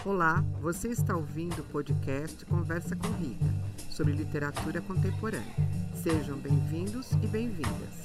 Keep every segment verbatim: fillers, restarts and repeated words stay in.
Olá, você está ouvindo o podcast Conversa com Rita, sobre literatura contemporânea. Sejam bem-vindos e bem-vindas.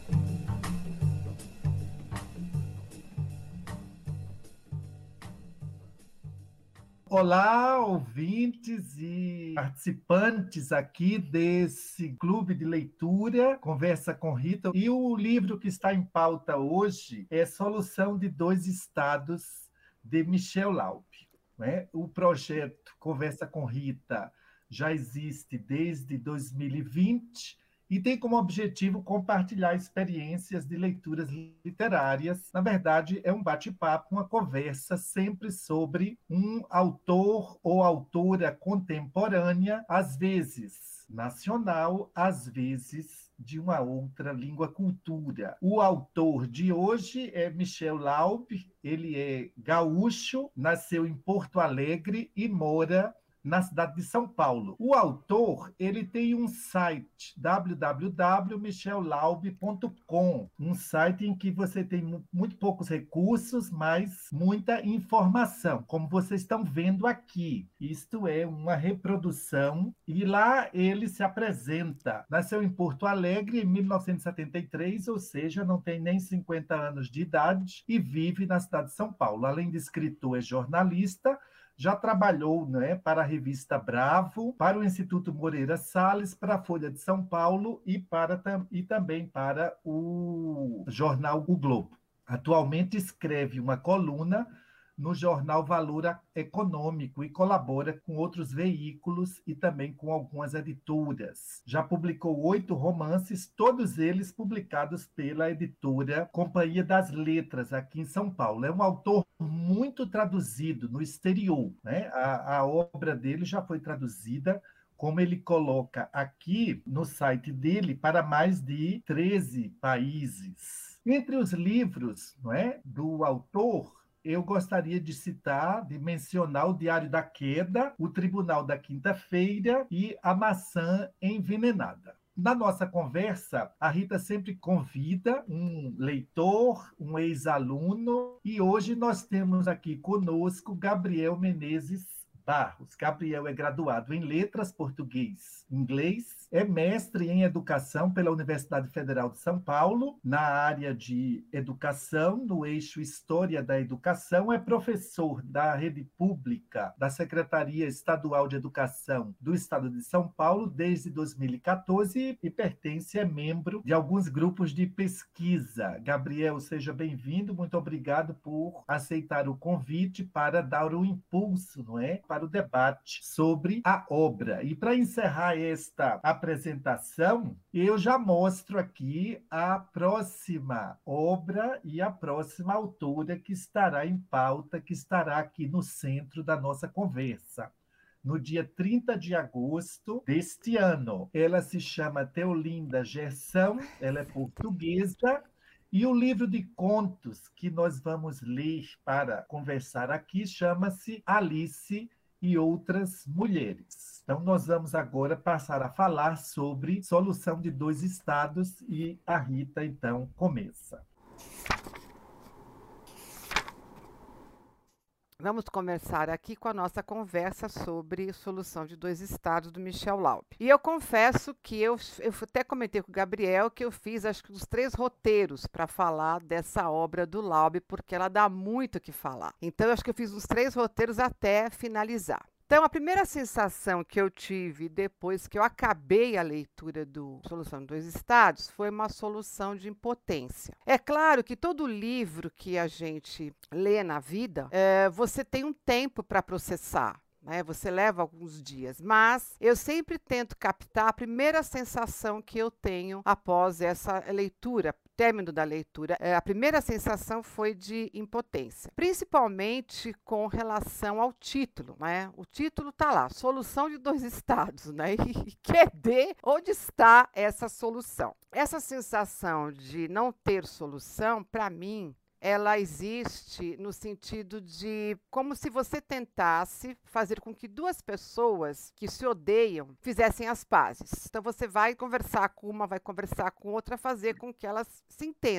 Olá, ouvintes e participantes aqui desse clube de leitura, Conversa com Rita. E o livro que está em pauta hoje é Solução de Dois Estados, de Michel Laub. Né? O projeto Conversa com Rita já existe desde dois mil e vinte e tem como objetivo compartilhar experiências de leituras literárias. Na verdade, é um bate-papo, uma conversa sempre sobre um autor ou autora contemporânea, às vezes nacional, às vezes de uma outra língua, cultura. O autor de hoje é Michel Laub, ele é gaúcho, nasceu em Porto Alegre e mora na cidade de São Paulo. O autor, ele tem um site, w w w ponto michel laub ponto com, um site em que você tem muito poucos recursos, mas muita informação, como vocês estão vendo aqui. Isto é uma reprodução, e lá ele se apresenta. Nasceu em Porto Alegre em mil novecentos e setenta e três, ou seja, não tem nem cinquenta anos de idade, e vive na cidade de São Paulo. Além de escritor, é jornalista. Já trabalhou, né, para a revista Bravo, para o Instituto Moreira Salles, para a Folha de São Paulo e, para, e também para o jornal O Globo. Atualmente escreve uma coluna no jornal Valor Econômico e colabora com outros veículos e também com algumas editoras. Já publicou oito romances, todos eles publicados pela editora Companhia das Letras, aqui em São Paulo. É um autor muito traduzido no exterior, né? A, a obra dele já foi traduzida, como ele coloca aqui no site dele, para mais de treze países. Entre os livros, não é, do autor, eu gostaria de citar, de mencionar o Diário da Queda, o Tribunal da Quinta-feira e A Maçã Envenenada. Na nossa conversa, a Rita sempre convida um leitor, um ex-aluno, e hoje nós temos aqui conosco Gabriel Menezes Barros. Gabriel é graduado em Letras, Português e Inglês, é mestre em Educação pela Universidade Federal de São Paulo, na área de Educação, no eixo História da Educação, é professor da Rede Pública da Secretaria Estadual de Educação do Estado de São Paulo desde dois mil e catorze e pertence, é membro de alguns grupos de pesquisa. Gabriel, seja bem-vindo, muito obrigado por aceitar o convite para dar o impulso, não é? Para o debate sobre a obra. E para encerrar esta apresentação, eu já mostro aqui a próxima obra e a próxima autora que estará em pauta, que estará aqui no centro da nossa conversa. No dia trinta de agosto deste ano. Ela se chama Teolinda Gerson, ela é portuguesa, e o livro de contos que nós vamos ler para conversar aqui chama-se Alice e Outras Mulheres. Então, nós vamos agora passar a falar sobre Solução de Dois Estados e a Rita, então, começa. Vamos começar aqui com a nossa conversa sobre Solução de Dois Estados, do Michel Laub. E eu confesso que eu, eu até comentei com o Gabriel que eu fiz, acho que, os três roteiros para falar dessa obra do Laub, porque ela dá muito o que falar. Então, eu acho que eu fiz os três roteiros até finalizar. Então, a primeira sensação que eu tive depois que eu acabei a leitura do Solução de Dois Estados foi uma solução de impotência. É claro que todo livro que a gente lê na vida, é, você tem um tempo para processar. Né? Você leva alguns dias, mas eu sempre tento captar a primeira sensação que eu tenho após essa leitura, término da leitura. A primeira sensação foi de impotência, principalmente com relação ao título. Né? O título está lá, Solução de Dois Estados, né? E cadê? Onde está essa solução? Essa sensação de não ter solução, para mim, ela existe no sentido de como se você tentasse fazer com que duas pessoas que se odeiam fizessem as pazes. Então, você vai conversar com uma, vai conversar com outra, fazer com que elas se entendam.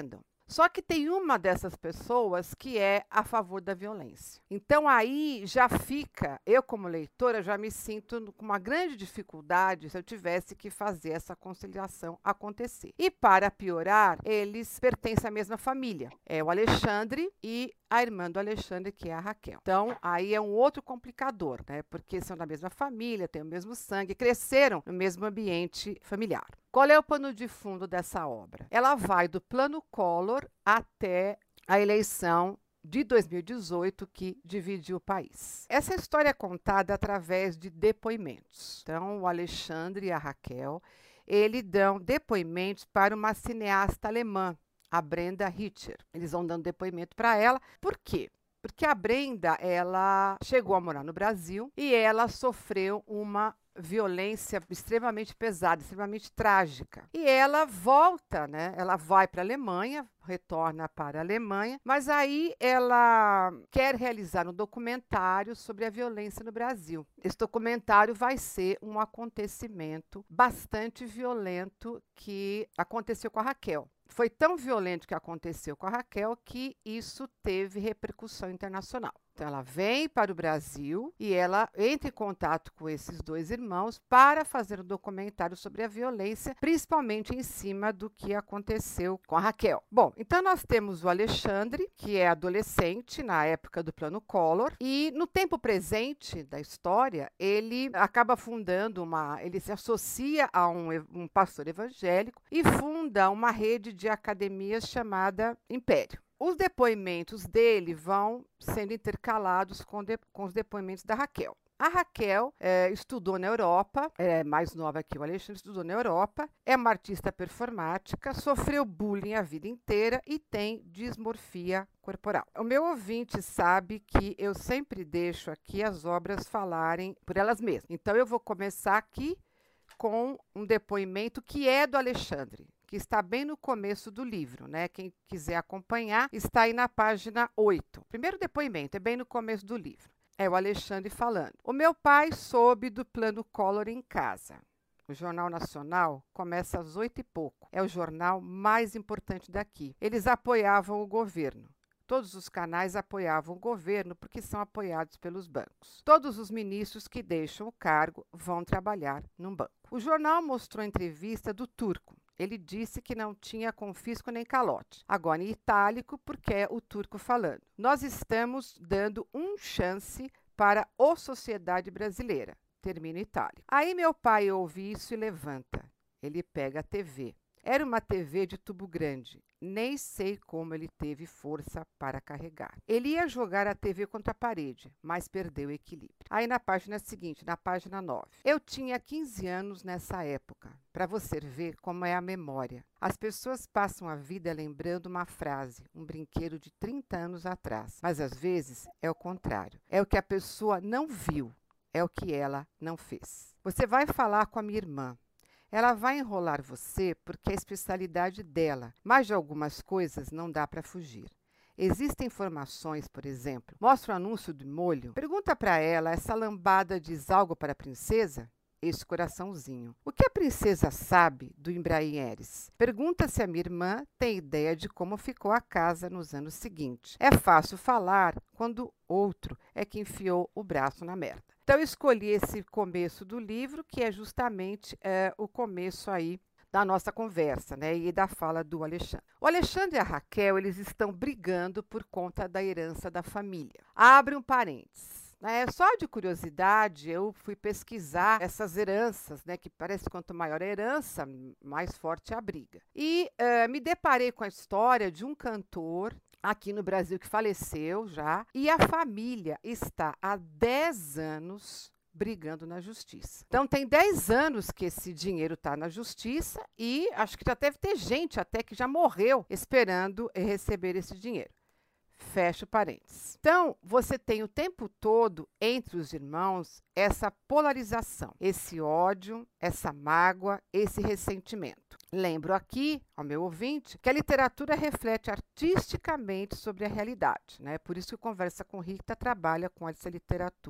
Só que tem uma dessas pessoas que é a favor da violência. Então aí já fica, eu como leitora já me sinto com uma grande dificuldade se eu tivesse que fazer essa conciliação acontecer. E para piorar, eles pertencem à mesma família. É o Alexandre e a irmã do Alexandre, que é a Raquel. Então, aí é um outro complicador, né? Porque são da mesma família, têm o mesmo sangue, cresceram no mesmo ambiente familiar. Qual é o pano de fundo dessa obra? Ela vai do plano Collor até a eleição de dois mil e dezoito, que dividiu o país. Essa história é contada através de depoimentos. Então, o Alexandre e a Raquel, eles dão depoimentos para uma cineasta alemã, a Brenda Richter. Eles vão dando depoimento para ela. Por quê? Porque a Brenda, ela chegou a morar no Brasil e ela sofreu uma violência extremamente pesada, extremamente trágica. E ela volta, né? Ela vai para a Alemanha, retorna para a Alemanha, mas aí ela quer realizar um documentário sobre a violência no Brasil. Esse documentário vai ser um acontecimento bastante violento que aconteceu com a Raquel. Foi tão violento que aconteceu com a Raquel que isso teve repercussão internacional. Então, ela vem para o Brasil e ela entra em contato com esses dois irmãos para fazer um documentário sobre a violência, principalmente em cima do que aconteceu com a Raquel. Bom, então nós temos o Alexandre, que é adolescente na época do Plano Collor, e no tempo presente da história, ele acaba fundando uma... ele se associa a um, um pastor evangélico e funda uma rede de academias chamada Império. Os depoimentos dele vão sendo intercalados com, de, com os depoimentos da Raquel. A Raquel é, estudou na Europa, é mais nova que o Alexandre, estudou na Europa, é uma artista performática, sofreu bullying a vida inteira e tem dismorfia corporal. O meu ouvinte sabe que eu sempre deixo aqui as obras falarem por elas mesmas. Então, eu vou começar aqui com um depoimento que é do Alexandre, que está bem no começo do livro, né? Quem quiser acompanhar, está aí na página oito. Primeiro depoimento, é bem no começo do livro. É o Alexandre falando. O meu pai soube do Plano Collor em casa. O Jornal Nacional começa às oito e pouco. É o jornal mais importante daqui. Eles apoiavam o governo. Todos os canais apoiavam o governo porque são apoiados pelos bancos. Todos os ministros que deixam o cargo vão trabalhar num banco. O jornal mostrou a entrevista do Turco. Ele disse que não tinha confisco nem calote. Agora em itálico, porque é o Turco falando. Nós estamos dando um chance para a sociedade brasileira. Termina em itálico. Aí meu pai ouve isso e levanta. Ele pega a T V. Era uma T V de tubo grande. Nem sei como ele teve força para carregar. Ele ia jogar a T V contra a parede, mas perdeu o equilíbrio. Aí na página seguinte, na página nove. Eu tinha quinze anos nessa época, para você ver como é a memória. As pessoas passam a vida lembrando uma frase, um brinquedo de trinta anos atrás. Mas às vezes é o contrário. É o que a pessoa não viu, é o que ela não fez. Você vai falar com a minha irmã. Ela vai enrolar você porque é a especialidade dela, mas de algumas coisas não dá para fugir. Existem informações, por exemplo, mostra o anúncio do molho, pergunta para ela, essa lambada diz algo para a princesa? Esse coraçãozinho. O que a princesa sabe do Ibrahim Eres? Pergunta se a minha irmã tem ideia de como ficou a casa nos anos seguintes. É fácil falar quando outro é que enfiou o braço na merda. Então, eu escolhi esse começo do livro, que é justamente é, o começo aí da nossa conversa, né, e da fala do Alexandre. O Alexandre e a Raquel, eles estão brigando por conta da herança da família. Abre um parênteses. Né, só de curiosidade, eu fui pesquisar essas heranças, né, que parece que quanto maior a herança, mais forte a briga. E uh, me deparei com a história de um cantor aqui no Brasil que faleceu já, e a família está há dez anos brigando na justiça. Então, tem dez anos que esse dinheiro está na justiça e acho que já deve ter gente até que já morreu esperando receber esse dinheiro. Fecha parênteses. Então, você tem o tempo todo, entre os irmãos, essa polarização, esse ódio, essa mágoa, esse ressentimento. Lembro aqui, ao meu ouvinte, que a literatura reflete artisticamente sobre a realidade, né? Por isso que o Conversa com Rita trabalha com essa literatura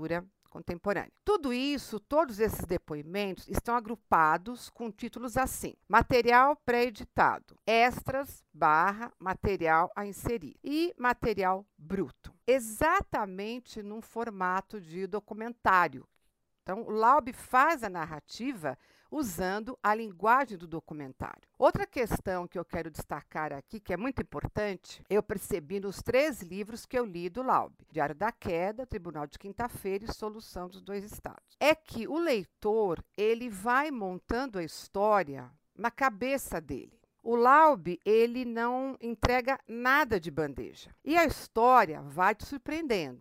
contemporânea. Tudo isso, todos esses depoimentos estão agrupados com títulos assim: material pré-editado, extras barra material a inserir e material bruto, exatamente num formato de documentário. Então, o Laub faz a narrativa usando a linguagem do documentário. Outra questão que eu quero destacar aqui, que é muito importante, eu percebi nos três livros que eu li do Laub: Diário da Queda, Tribunal de Quinta-feira e Solução dos Dois Estados, é que o leitor ele vai montando a história na cabeça dele. O Laub, ele não entrega nada de bandeja. E a história vai te surpreendendo.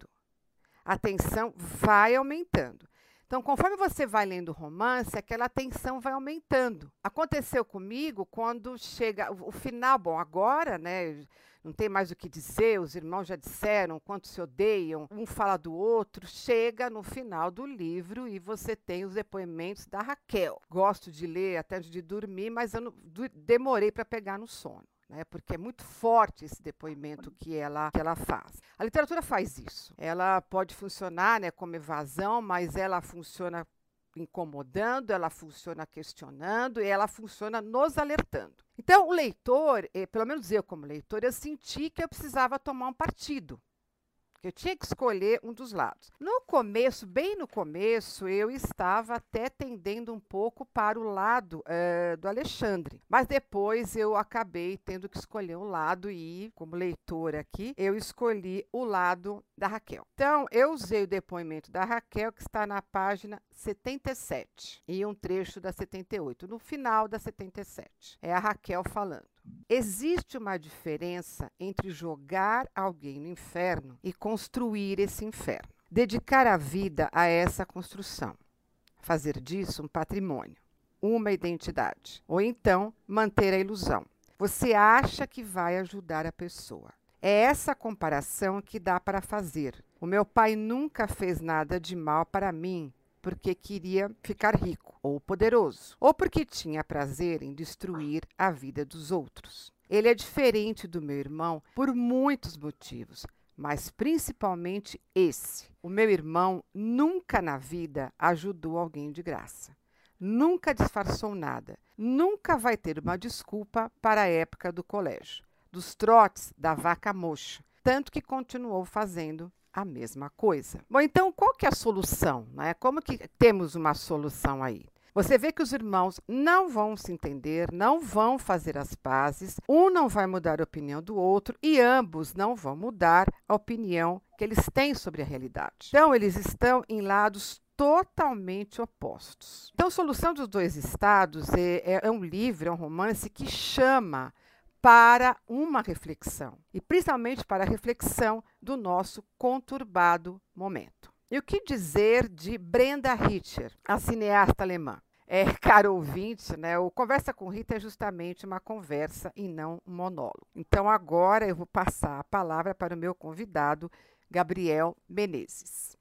A tensão vai aumentando. Então, conforme você vai lendo o romance, aquela tensão vai aumentando. Aconteceu comigo quando chega o, o final. Bom, agora, né, não tem mais o que dizer, os irmãos já disseram quanto se odeiam, um fala do outro. Chega no final do livro e você tem os depoimentos da Raquel. Gosto de ler até antes de dormir, mas eu não, demorei para pegar no sono, né, porque é muito forte esse depoimento que ela, que ela faz. A literatura faz isso. Ela pode funcionar, né, como evasão, mas ela funciona incomodando, ela funciona questionando e ela funciona nos alertando. Então, o leitor, eh, pelo menos eu como leitor, eu senti que eu precisava tomar um partido. Eu tinha que escolher um dos lados. No começo, bem no começo, eu estava até tendendo um pouco para o lado uh, do Alexandre. Mas depois eu acabei tendo que escolher um lado e, como leitora aqui, eu escolhi o lado da Raquel. Então, eu usei o depoimento da Raquel, que está na página setenta e sete, e um trecho da setenta e oito, no final da setenta e sete. É a Raquel falando. Existe uma diferença entre jogar alguém no inferno e construir esse inferno. Dedicar a vida a essa construção. Fazer disso um patrimônio, uma identidade. Ou então, manter a ilusão. Você acha que vai ajudar a pessoa. É essa comparação que dá para fazer. O meu pai nunca fez nada de mal para mim, porque queria ficar rico ou poderoso, ou porque tinha prazer em destruir a vida dos outros. Ele é diferente do meu irmão por muitos motivos, mas principalmente esse. O meu irmão nunca na vida ajudou alguém de graça. Nunca disfarçou nada. Nunca vai ter uma desculpa para a época do colégio, dos trotes da vaca mocha, tanto que continuou fazendo a mesma coisa. Bom, então qual que é a solução, né? Como que temos uma solução aí? Você vê que os irmãos não vão se entender, não vão fazer as pazes, um não vai mudar a opinião do outro e ambos não vão mudar a opinião que eles têm sobre a realidade. Então, eles estão em lados totalmente opostos. Então, Solução dos Dois Estados é, é um livro, é um romance que chama para uma reflexão, e principalmente para a reflexão do nosso conturbado momento. E o que dizer de Brenda Richter, a cineasta alemã? É, caro ouvinte, né, o Conversa com Rita é justamente uma conversa e não um monólogo. Então, agora eu vou passar a palavra para o meu convidado, Gabriel Menezes.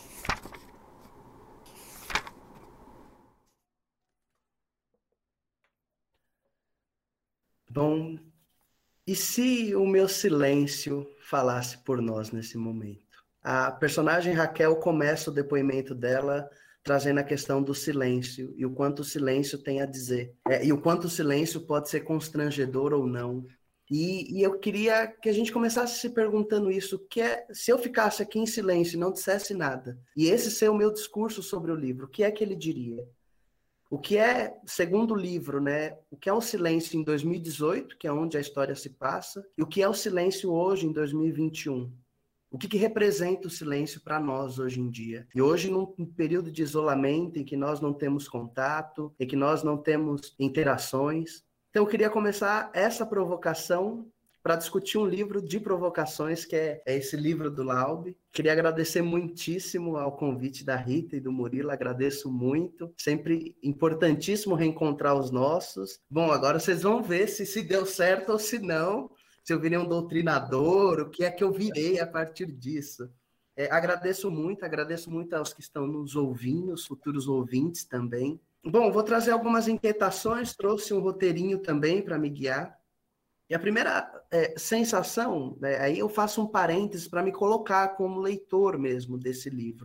Bom, e se o meu silêncio falasse por nós nesse momento? A personagem Raquel começa o depoimento dela trazendo a questão do silêncio e o quanto o silêncio tem a dizer. É, e o quanto o silêncio pode ser constrangedor ou não. E, e eu queria que a gente começasse se perguntando isso, que é, se eu ficasse aqui em silêncio e não dissesse nada, e esse ser o meu discurso sobre o livro, o que é que ele diria? O que é, segundo o livro, né, o que é o silêncio em dois mil e dezoito, que é onde a história se passa, e o que é o silêncio hoje, em dois mil e vinte e um? O que, que representa o silêncio para nós hoje em dia? E hoje, num período de isolamento, em que nós não temos contato, em que nós não temos interações. Então, eu queria começar essa provocação para discutir um livro de provocações, que é, é esse livro do Laub. Queria agradecer muitíssimo ao convite da Rita e do Murilo, agradeço muito. Sempre importantíssimo reencontrar os nossos. Bom, agora vocês vão ver se, se deu certo ou se não, se eu virei um doutrinador, o que é que eu virei a partir disso. É, agradeço muito, agradeço muito aos que estão nos ouvindo, os futuros ouvintes também. Bom, vou trazer algumas inquietações, trouxe um roteirinho também para me guiar. E a primeira é, sensação, né, aí eu faço um parênteses para me colocar como leitor mesmo desse livro.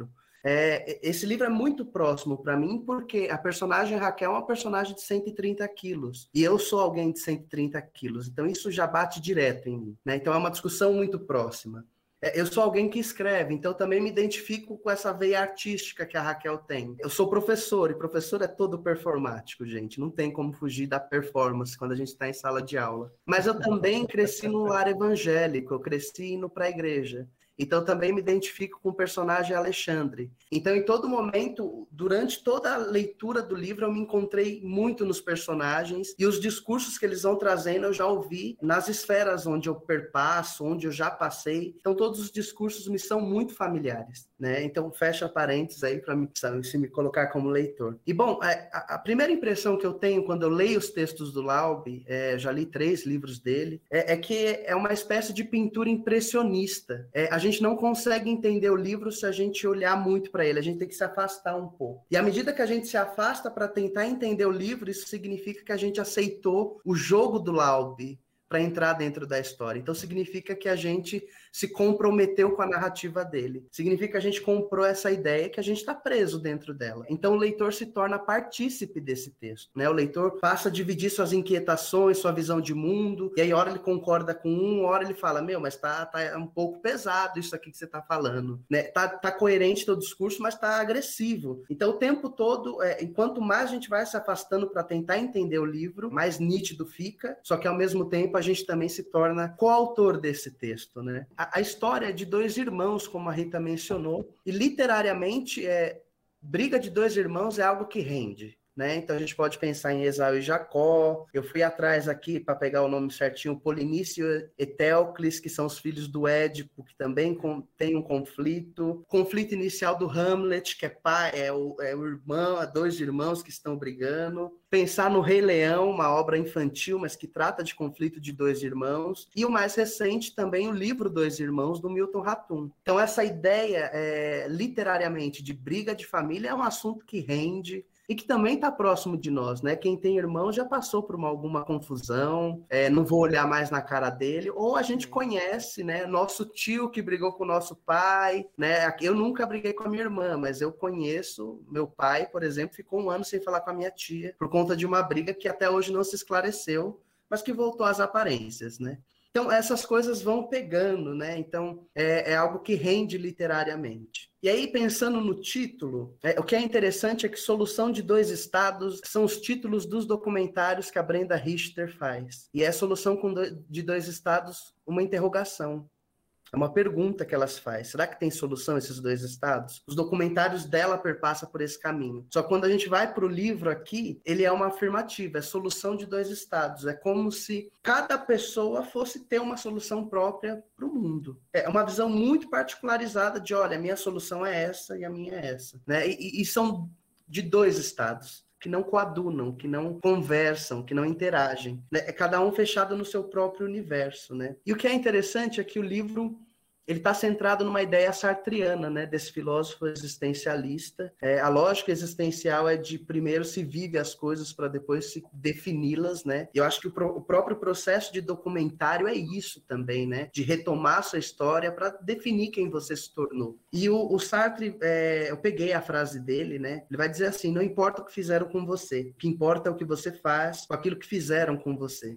É, esse livro é muito próximo para mim, porque a personagem Raquel é uma personagem de cento e trinta quilos, e eu sou alguém de cento e trinta quilos, então isso já bate direto em mim, né? Então é uma discussão muito próxima. Eu sou alguém que escreve, então também me identifico com essa veia artística que a Raquel tem. Eu sou professor, e professor é todo performático, gente. Não tem como fugir da performance quando a gente está em sala de aula. Mas eu também cresci num lar evangélico, eu cresci indo para a igreja. Então, também me identifico com o personagem Alexandre. Então, em todo momento, durante toda a leitura do livro, eu me encontrei muito nos personagens e os discursos que eles vão trazendo eu já ouvi nas esferas onde eu perpasso, onde eu já passei. Então, todos os discursos me são muito familiares, né? Então, fecha parênteses aí para se me colocar como leitor. E, bom, a, a primeira impressão que eu tenho quando eu leio os textos do Laub, é, já li três livros dele, é, é que é uma espécie de pintura impressionista. É, a gente não consegue entender o livro se a gente olhar muito para ele, a gente tem que se afastar um pouco. E à medida que a gente se afasta para tentar entender o livro, isso significa que a gente aceitou o jogo do Laub para entrar dentro da história. Então significa que a gente se comprometeu com a narrativa dele. Significa que a gente comprou essa ideia que a gente está preso dentro dela. Então o leitor se torna partícipe desse texto, né? O leitor passa a dividir suas inquietações, sua visão de mundo, e aí hora ele concorda com um, hora ele fala, meu, mas tá, tá um pouco pesado isso aqui que você tá falando, né? Tá, tá coerente teu discurso, mas tá agressivo. Então o tempo todo, é, enquanto mais a gente vai se afastando para tentar entender o livro, mais nítido fica, só que ao mesmo tempo a gente também se torna coautor desse texto, né? A, a história é de dois irmãos, como a Rita mencionou, e literariamente é, briga de dois irmãos é algo que rende, né? Então a gente pode pensar em Esaú e Jacó. Eu fui atrás aqui para pegar o nome certinho, Polinício e Etéocles, que são os filhos do Édipo, que também com, tem um conflito. Conflito inicial do Hamlet, que é pai, é o, é o irmão, é dois irmãos que estão brigando. Pensar no Rei Leão, uma obra infantil, mas que trata de conflito de dois irmãos. E o mais recente também, o livro Dois Irmãos, do Milton Ratum. Então essa ideia, é, literariamente, de briga de família é um assunto que rende, e que também está próximo de nós, né? Quem tem irmão já passou por uma, alguma confusão, é, não vou olhar mais na cara dele, ou a gente conhece, né? Nosso tio que brigou com o nosso pai, né? Eu nunca briguei com a minha irmã, mas eu conheço, meu pai, por exemplo, ficou um ano sem falar com a minha tia, por conta de uma briga que até hoje não se esclareceu, mas que voltou às aparências, né? Então, essas coisas vão pegando, né? Então, é, é algo que rende literariamente. E aí, pensando no título, é, o que é interessante é que Solução de Dois Estados são os títulos dos documentários que a Brenda Richter faz. E é Solução com do, de Dois Estados, uma interrogação. É uma pergunta que elas fazem. Será que tem solução esses dois estados? Os documentários dela perpassam por esse caminho. Só que quando a gente vai para o livro aqui, ele é uma afirmativa, é solução de dois estados. É como se cada pessoa fosse ter uma solução própria para o mundo. É uma visão muito particularizada de, olha, a minha solução é essa e a minha é essa. Né? E, e são de dois estados que não coadunam, que não conversam, que não interagem. Né? É cada um fechado no seu próprio universo. Né? E o que é interessante é que o livro ele está centrado numa ideia sartriana, né, desse filósofo existencialista. É, a lógica existencial é de primeiro se vive as coisas para depois se defini-las, né? Eu acho que o, pro, o próprio processo de documentário é isso também, né? De retomar sua história para definir quem você se tornou. E o, o Sartre, é, eu peguei a frase dele, né? Ele vai dizer assim, não importa o que fizeram com você, o que importa é o que você faz com aquilo que fizeram com você.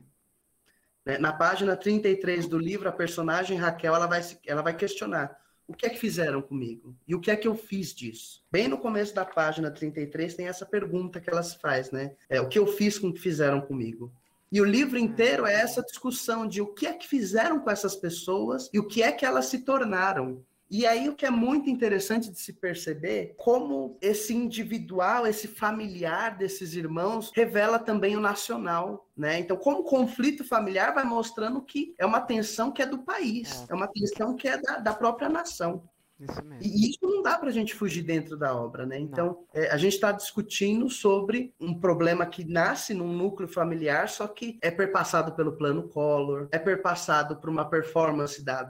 Na página trinta e três do livro, a personagem Raquel ela vai, ela vai questionar o que é que fizeram comigo e o que é que eu fiz disso. Bem no começo da página trinta e três tem essa pergunta que elas faz, né? É, o que eu fiz com o que fizeram comigo? E o livro inteiro é essa discussão de o que é que fizeram com essas pessoas e o que é que elas se tornaram. E aí o que é muito interessante de se perceber, como esse individual, esse familiar desses irmãos revela também o nacional, né? Então, como o conflito familiar vai mostrando que é uma tensão que é do país, é, é uma tensão que é da, da própria nação. Isso mesmo. E isso não dá para a gente fugir dentro da obra, né? Então, é, a gente está discutindo sobre um problema que nasce num núcleo familiar, só que é perpassado pelo plano Collor, é perpassado por uma performance da, da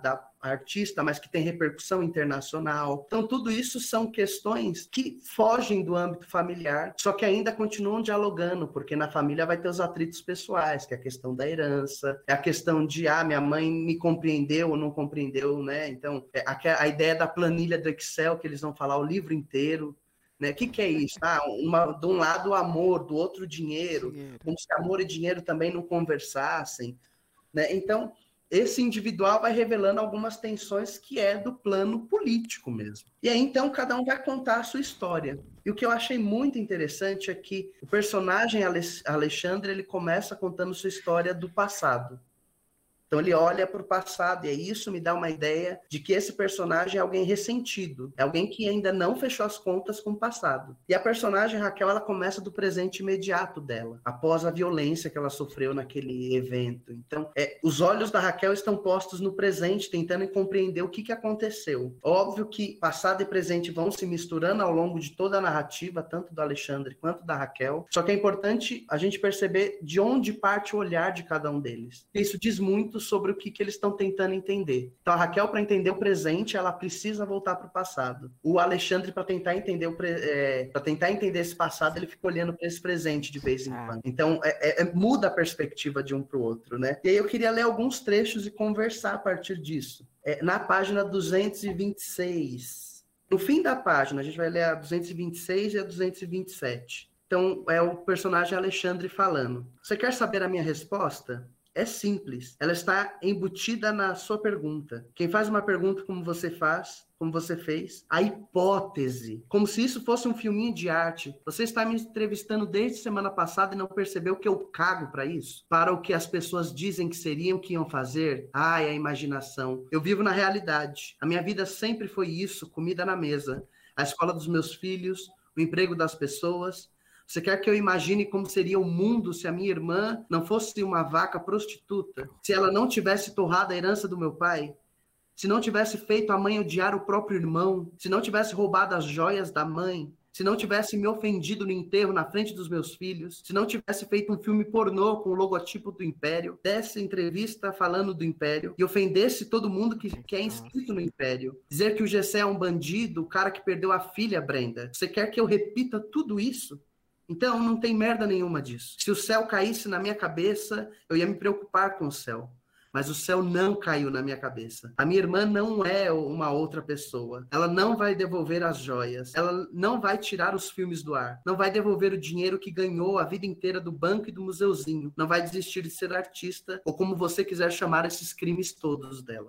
artista, mas que tem repercussão internacional. Então, tudo isso são questões que fogem do âmbito familiar, só que ainda continuam dialogando, porque na família vai ter os atritos pessoais, que é a questão da herança, é a questão de, ah, minha mãe me compreendeu ou não compreendeu, né? Então, é a, a ideia da planilha do Excel, que eles vão falar o livro inteiro, né? O que, que é isso? Ah, uma, de um lado o amor, do outro o dinheiro, dinheiro, como se amor e dinheiro também não conversassem, né? Então, esse individual vai revelando algumas tensões que é do plano político mesmo. E aí, então, cada um vai contar a sua história. E o que eu achei muito interessante é que o personagem Alexandre, ele começa contando sua história do passado. Então ele olha para o passado, e isso me dá uma ideia de que esse personagem é alguém ressentido, é alguém que ainda não fechou as contas com o passado. E a personagem Raquel, ela começa do presente imediato dela, após a violência que ela sofreu naquele evento. Então, é, os olhos da Raquel estão postos no presente, tentando compreender o que, que aconteceu. Óbvio que passado e presente vão se misturando ao longo de toda a narrativa, tanto do Alexandre quanto da Raquel, só que é importante a gente perceber de onde parte o olhar de cada um deles. Isso diz muito sobre o que, que eles estão tentando entender. Então, a Raquel, para entender o presente, ela precisa voltar para o passado. O Alexandre, para tentar entender o pre... é, para tentar entender esse passado, ele fica olhando para esse presente de vez em quando. Então, é, é, muda a perspectiva de um para o outro, né? E aí eu queria ler alguns trechos e conversar a partir disso. É, na página duzentos e vinte e seis. No fim da página, a gente vai ler a duzentos e vinte e seis e a duzentos e vinte e sete. Então, é o personagem Alexandre falando. Você quer saber a minha resposta? É simples, ela está embutida na sua pergunta. Quem faz uma pergunta como você faz, como você fez, a hipótese, como se isso fosse um filminho de arte. Você está me entrevistando desde semana passada e não percebeu que eu cago para isso? Para o que as pessoas dizem que seriam, que iam fazer? Ai, a imaginação. Eu vivo na realidade. A minha vida sempre foi isso, comida na mesa. A escola dos meus filhos, o emprego das pessoas. Você quer que eu imagine como seria o mundo se a minha irmã não fosse uma vaca prostituta? Se ela não tivesse torrado a herança do meu pai? Se não tivesse feito a mãe odiar o próprio irmão? Se não tivesse roubado as joias da mãe? Se não tivesse me ofendido no enterro na frente dos meus filhos? Se não tivesse feito um filme pornô com o logotipo do Império? Desse entrevista falando do Império e ofendesse todo mundo que, que é inscrito no Império? Dizer que o Gessé é um bandido, o cara que perdeu a filha, Brenda? Você quer que eu repita tudo isso? Então, não tem merda nenhuma disso. Se o céu caísse na minha cabeça, eu ia me preocupar com o céu. Mas o céu não caiu na minha cabeça. A minha irmã não é uma outra pessoa. Ela não vai devolver as joias. Ela não vai tirar os filmes do ar. Não vai devolver o dinheiro que ganhou a vida inteira do banco e do museuzinho. Não vai desistir de ser artista, ou como você quiser chamar esses crimes todos dela.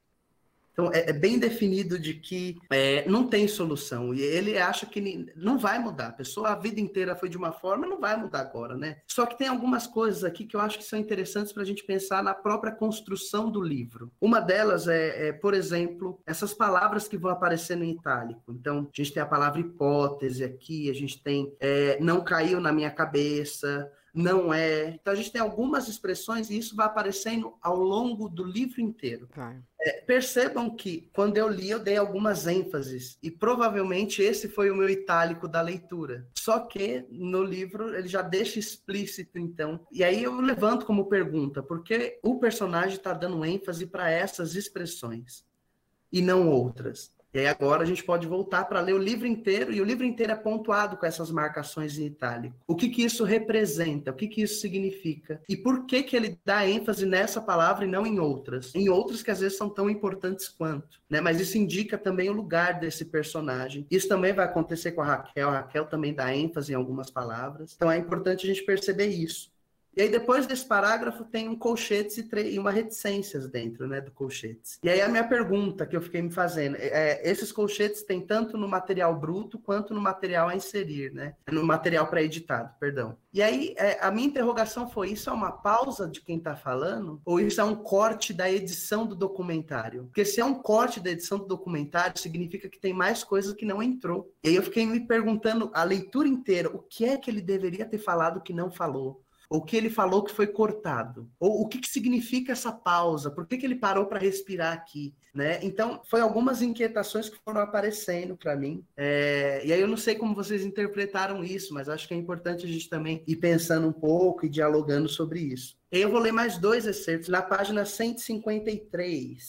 Então, é, é bem definido de que é, não tem solução. E ele acha que não vai mudar. A pessoa a vida inteira foi de uma forma, não vai mudar agora, né? Só que tem algumas coisas aqui que eu acho que são interessantes para a gente pensar na própria construção do livro. Uma delas é, é, por exemplo, essas palavras que vão aparecendo em itálico. Então, a gente tem a palavra hipótese aqui, a gente tem é, não caiu na minha cabeça, não é. Então, a gente tem algumas expressões e isso vai aparecendo ao longo do livro inteiro. Tá. É, percebam que, quando eu li, eu dei algumas ênfases, e provavelmente esse foi o meu itálico da leitura. Só que, no livro, ele já deixa explícito, então. E aí eu levanto como pergunta, por que o personagem está dando ênfase para essas expressões e não outras? E aí agora a gente pode voltar para ler o livro inteiro, e o livro inteiro é pontuado com essas marcações em itálico. O que que isso representa? O que que isso significa? E por que que ele dá ênfase nessa palavra e não em outras? Em outras que às vezes são tão importantes quanto, né? Mas isso indica também o lugar desse personagem. Isso também vai acontecer com a Raquel. A Raquel também dá ênfase em algumas palavras. Então é importante a gente perceber isso. E aí, depois desse parágrafo, tem um colchetes e, e uma reticências dentro, né, do colchetes. E aí, a minha pergunta que eu fiquei me fazendo, é, esses colchetes tem tanto no material bruto quanto no material a inserir, né? No material pré-editado, perdão. E aí, é, a minha interrogação foi, isso é uma pausa de quem está falando? Ou isso é um corte da edição do documentário? Porque se é um corte da edição do documentário, significa que tem mais coisa que não entrou. E aí, eu fiquei me perguntando, a leitura inteira, o que é que ele deveria ter falado que não falou? O que ele falou que foi cortado? Ou o que, que significa essa pausa? Por que, que ele parou para respirar aqui? Né? Então, foi algumas inquietações que foram aparecendo para mim. É... E aí eu não sei como vocês interpretaram isso, mas acho que é importante a gente também ir pensando um pouco e dialogando sobre isso. E eu vou ler mais dois excertos na página cento e cinquenta e três.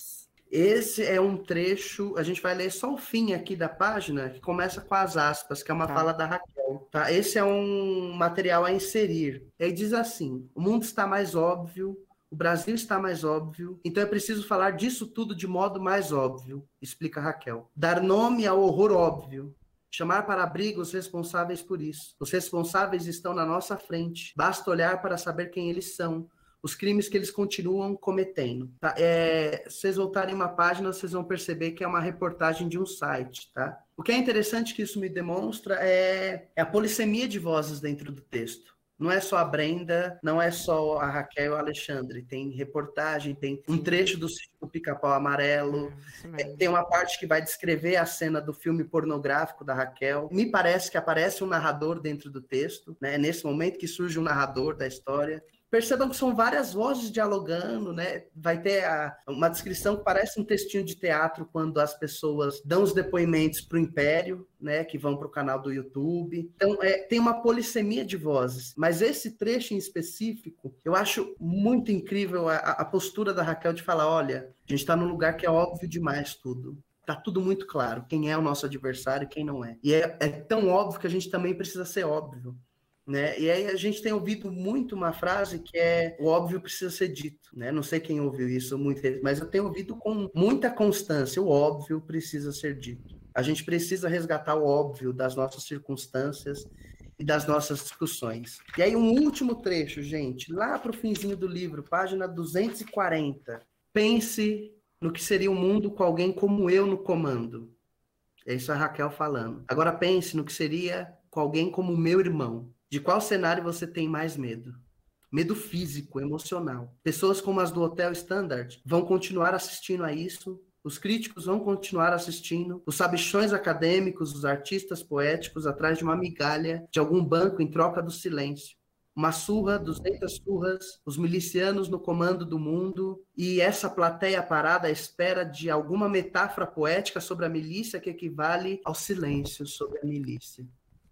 Esse é um trecho, a gente vai ler só o fim aqui da página, que começa com as aspas, que é uma tá. fala da Raquel. Tá? Esse é um material a inserir. Aí diz assim: o mundo está mais óbvio, o Brasil está mais óbvio, então é preciso falar disso tudo de modo mais óbvio, explica Raquel. Dar nome ao horror óbvio, chamar para a briga os responsáveis por isso. Os responsáveis estão na nossa frente, basta olhar para saber quem eles são, os crimes que eles continuam cometendo. Tá? É, se vocês voltarem uma página, vocês vão perceber que é uma reportagem de um site. Tá? O que é interessante que isso me demonstra é, é a polissemia de vozes dentro do texto. Não é só a Brenda, não é só a Raquel e o Alexandre. Tem reportagem, tem um trecho do Sítio do Pica-Pau Amarelo, é, tem uma parte que vai descrever a cena do filme pornográfico da Raquel. Me parece que aparece um narrador dentro do texto, né? É nesse momento que surge um narrador da história. Percebam que são várias vozes dialogando, né? Vai ter a, uma descrição que parece um textinho de teatro quando as pessoas dão os depoimentos para o Império, né? Que vão para o canal do YouTube. Então, é, tem uma polissemia de vozes. Mas esse trecho em específico, eu acho muito incrível a, a postura da Raquel de falar, olha, a gente está num lugar que é óbvio demais tudo. Tá tudo muito claro, quem é o nosso adversário e quem não é. E é, é tão óbvio que a gente também precisa ser óbvio. Né? E aí a gente tem ouvido muito uma frase que é o óbvio precisa ser dito, né? Não sei quem ouviu isso muito, mas eu tenho ouvido com muita constância, o óbvio precisa ser dito. A gente precisa resgatar o óbvio das nossas circunstâncias e das nossas discussões. E aí um último trecho, gente, lá para o finzinho do livro, página duzentos e quarenta. Pense no que seria um mundo com alguém como eu no comando. É isso a Raquel falando. Agora pense no que seria com alguém como meu irmão. De qual cenário você tem mais medo? Medo físico, emocional. Pessoas como as do Hotel Standard vão continuar assistindo a isso, os críticos vão continuar assistindo, os sabichões acadêmicos, os artistas poéticos atrás de uma migalha de algum banco em troca do silêncio. Uma surra, duzentas surras, os milicianos no comando do mundo e essa plateia parada à espera de alguma metáfora poética sobre a milícia que equivale ao silêncio sobre a milícia.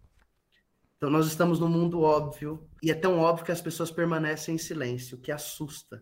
Então, nós estamos num mundo óbvio, e é tão óbvio que as pessoas permanecem em silêncio, que assusta.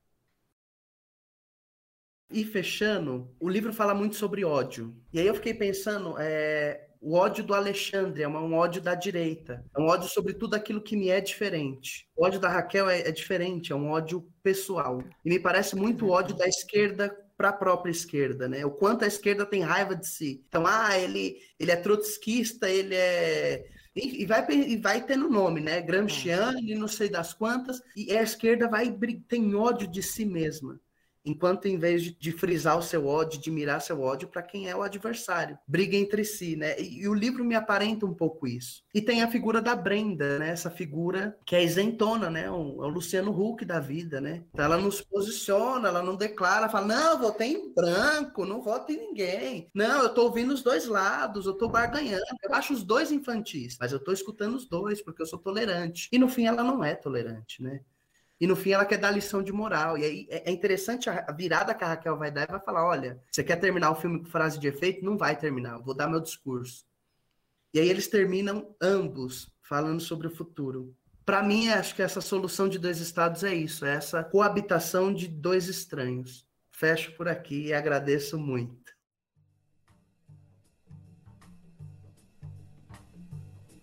E fechando, o livro fala muito sobre ódio. E aí eu fiquei pensando, é, o ódio do Alexandre é um ódio da direita. É um ódio sobre tudo aquilo que me é diferente. O ódio da Raquel é, é diferente, é um ódio pessoal. E me parece muito o ódio da esquerda para a própria esquerda, né? O quanto a esquerda tem raiva de si. Então, ah, ele, ele é trotskista, ele é... E vai, e vai tendo nome, né? Gramsciano e não sei das quantas. E a esquerda vai tem ódio de si mesma. Enquanto, em vez de, de frisar o seu ódio, de mirar seu ódio para quem é o adversário. Briga entre si, né? E, e o livro me aparenta um pouco isso. E tem a figura da Brenda, né? Essa figura que é isentona, né? O, é o Luciano Huck da vida, né? Então ela não se posiciona, ela não declara, fala, não, eu votei em branco, não voto em ninguém. Não, eu tô ouvindo os dois lados, eu tô barganhando. Eu acho os dois infantis, mas eu tô escutando os dois, porque eu sou tolerante. E no fim ela não é tolerante, né? E no fim ela quer dar lição de moral. E aí é interessante a virada que a Raquel vai dar e vai falar, olha, você quer terminar o filme com frase de efeito? Não vai terminar, eu vou dar meu discurso. E aí eles terminam ambos falando sobre o futuro. Para mim, acho que essa solução de dois estados é isso, é essa coabitação de dois estranhos. Fecho por aqui e agradeço muito.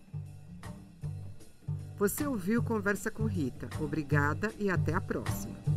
Você ouviu Conversa com Rita. Obrigada e até a próxima.